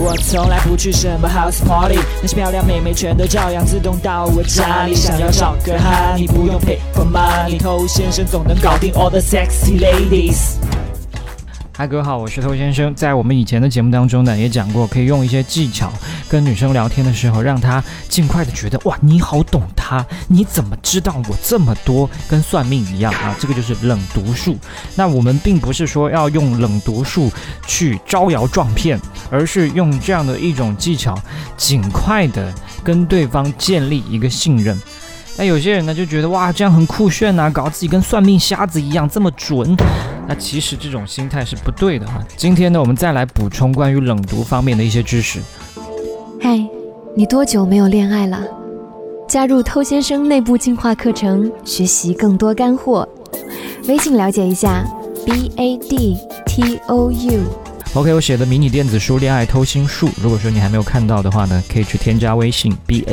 我从来不去什么 house party， 那些漂亮妹妹全都照样自动到我家里。想要找个哈，你不用 pay for money， 偷先生总能搞定 all the sexy ladies。 嗨，各位好，我是偷先生。在我们以前的节目当中呢，也讲过可以用一些技巧跟女生聊天的时候，让她尽快的觉得哇，你好懂她，你怎么知道我这么多，跟算命一样啊，这个就是冷读术。那我们并不是说要用冷读术去招摇撞骗，而是用这样的一种技巧，尽快的跟对方建立一个信任。那有些人呢就觉得哇，这样很酷炫啊，搞自己跟算命瞎子一样这么准。那其实这种心态是不对的哈。今天呢，我们再来补充关于冷读方面的一些知识。 嗨，你多久没有恋爱了？加入偷先生内部进化课程，学习更多干货。微信了解一下 BADTOU。OK， 我写的迷你电子书《恋爱偷心术》，如果说你还没有看到的话呢，可以去添加微信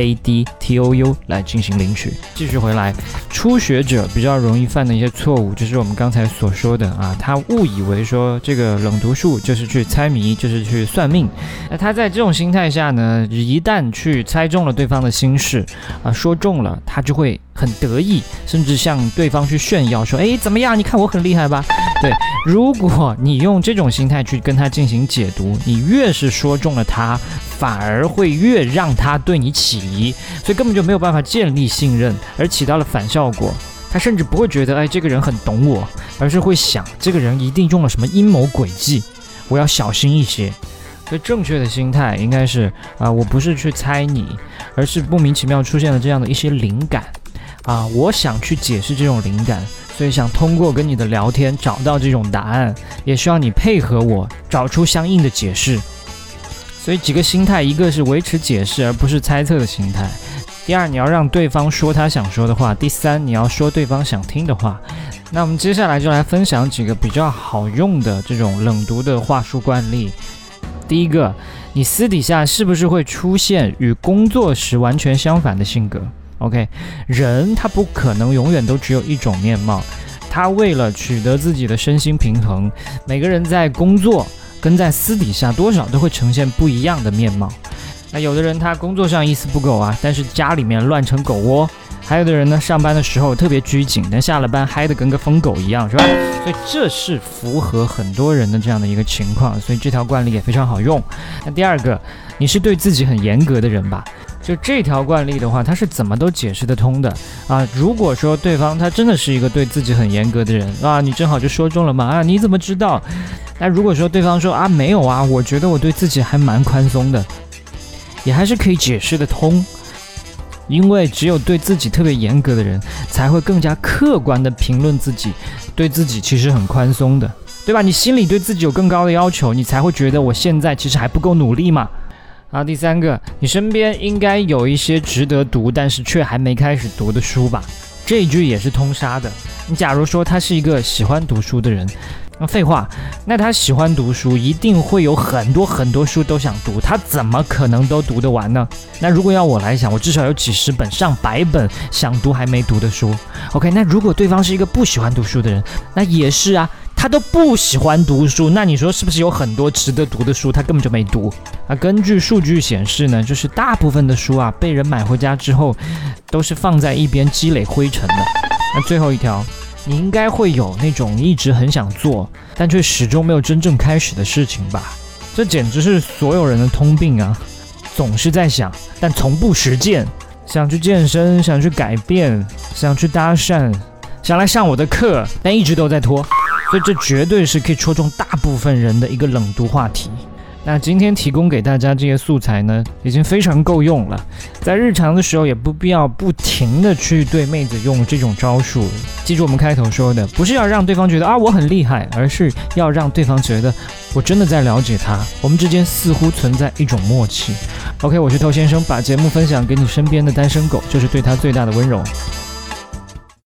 BADTOU 来进行领取。继续回来，初学者比较容易犯的一些错误，就是我们刚才所说的啊，他误以为说这个冷读术就是去猜谜，就是去算命。那他在这种心态下呢，一旦去猜中了对方的心事啊，说中了，他就会很得意，甚至向对方去炫耀说，怎么样？你看我很厉害吧？对，如果你用这种心态去跟他进行解读，你越是说中了他，反而会越让他对你起疑，所以根本就没有办法建立信任，而起到了反效果。他甚至不会觉得这个人很懂我，而是会想这个人一定用了什么阴谋诡计，我要小心一些。所以正确的心态应该是我不是去猜你，而是莫名其妙出现了这样的一些灵感我想去解释这种灵感，所以想通过跟你的聊天找到这种答案，也需要你配合我找出相应的解释。所以几个心态，一个是维持解释而不是猜测的心态，第二你要让对方说他想说的话，第三你要说对方想听的话。那我们接下来就来分享几个比较好用的这种冷读的话术惯例。第一个，你私底下是不是会出现与工作时完全相反的性格？OK， 人他不可能永远都只有一种面貌，他为了取得自己的身心平衡，每个人在工作跟在私底下多少都会呈现不一样的面貌。那有的人他工作上一丝不苟但是家里面乱成狗窝，还有的人呢上班的时候特别拘谨，但下了班嗨得跟个疯狗一样，是吧？所以这是符合很多人的这样的一个情况，所以这条惯例也非常好用。那第二个，你是对自己很严格的人吧？就这条惯例的话，它是怎么都解释得通的如果说对方他真的是一个对自己很严格的人你正好就说中了嘛你怎么知道？那如果说对方说没有我觉得我对自己还蛮宽松的，也还是可以解释得通。因为只有对自己特别严格的人才会更加客观地评论自己，对自己其实很宽松的，对吧？你心里对自己有更高的要求，你才会觉得我现在其实还不够努力嘛。第三个，你身边应该有一些值得读但是却还没开始读的书吧？这一句也是通杀的。你假如说他是一个喜欢读书的人，废话，那他喜欢读书一定会有很多很多书都想读，他怎么可能都读得完呢？那如果要我来想，我至少有几十本上百本想读还没读的书。 OK， 那如果对方是一个不喜欢读书的人，那也是他都不喜欢读书，那你说是不是有很多值得读的书他根本就没读根据数据显示呢，就是大部分的书被人买回家之后都是放在一边积累灰尘的。那最后一条，你应该会有那种一直很想做但却始终没有真正开始的事情吧？这简直是所有人的通病总是在想但从不实践，想去健身，想去改变，想去搭讪，想来上我的课，但一直都在拖。所以这绝对是可以戳中大部分人的一个冷读话题。那今天提供给大家这些素材呢，已经非常够用了，在日常的时候也不必要不停的去对妹子用这种招数。记住我们开头说的，不是要让对方觉得我很厉害，而是要让对方觉得我真的在了解他，我们之间似乎存在一种默契。 OK， 我是偷先生，把节目分享给你身边的单身狗，就是对他最大的温柔。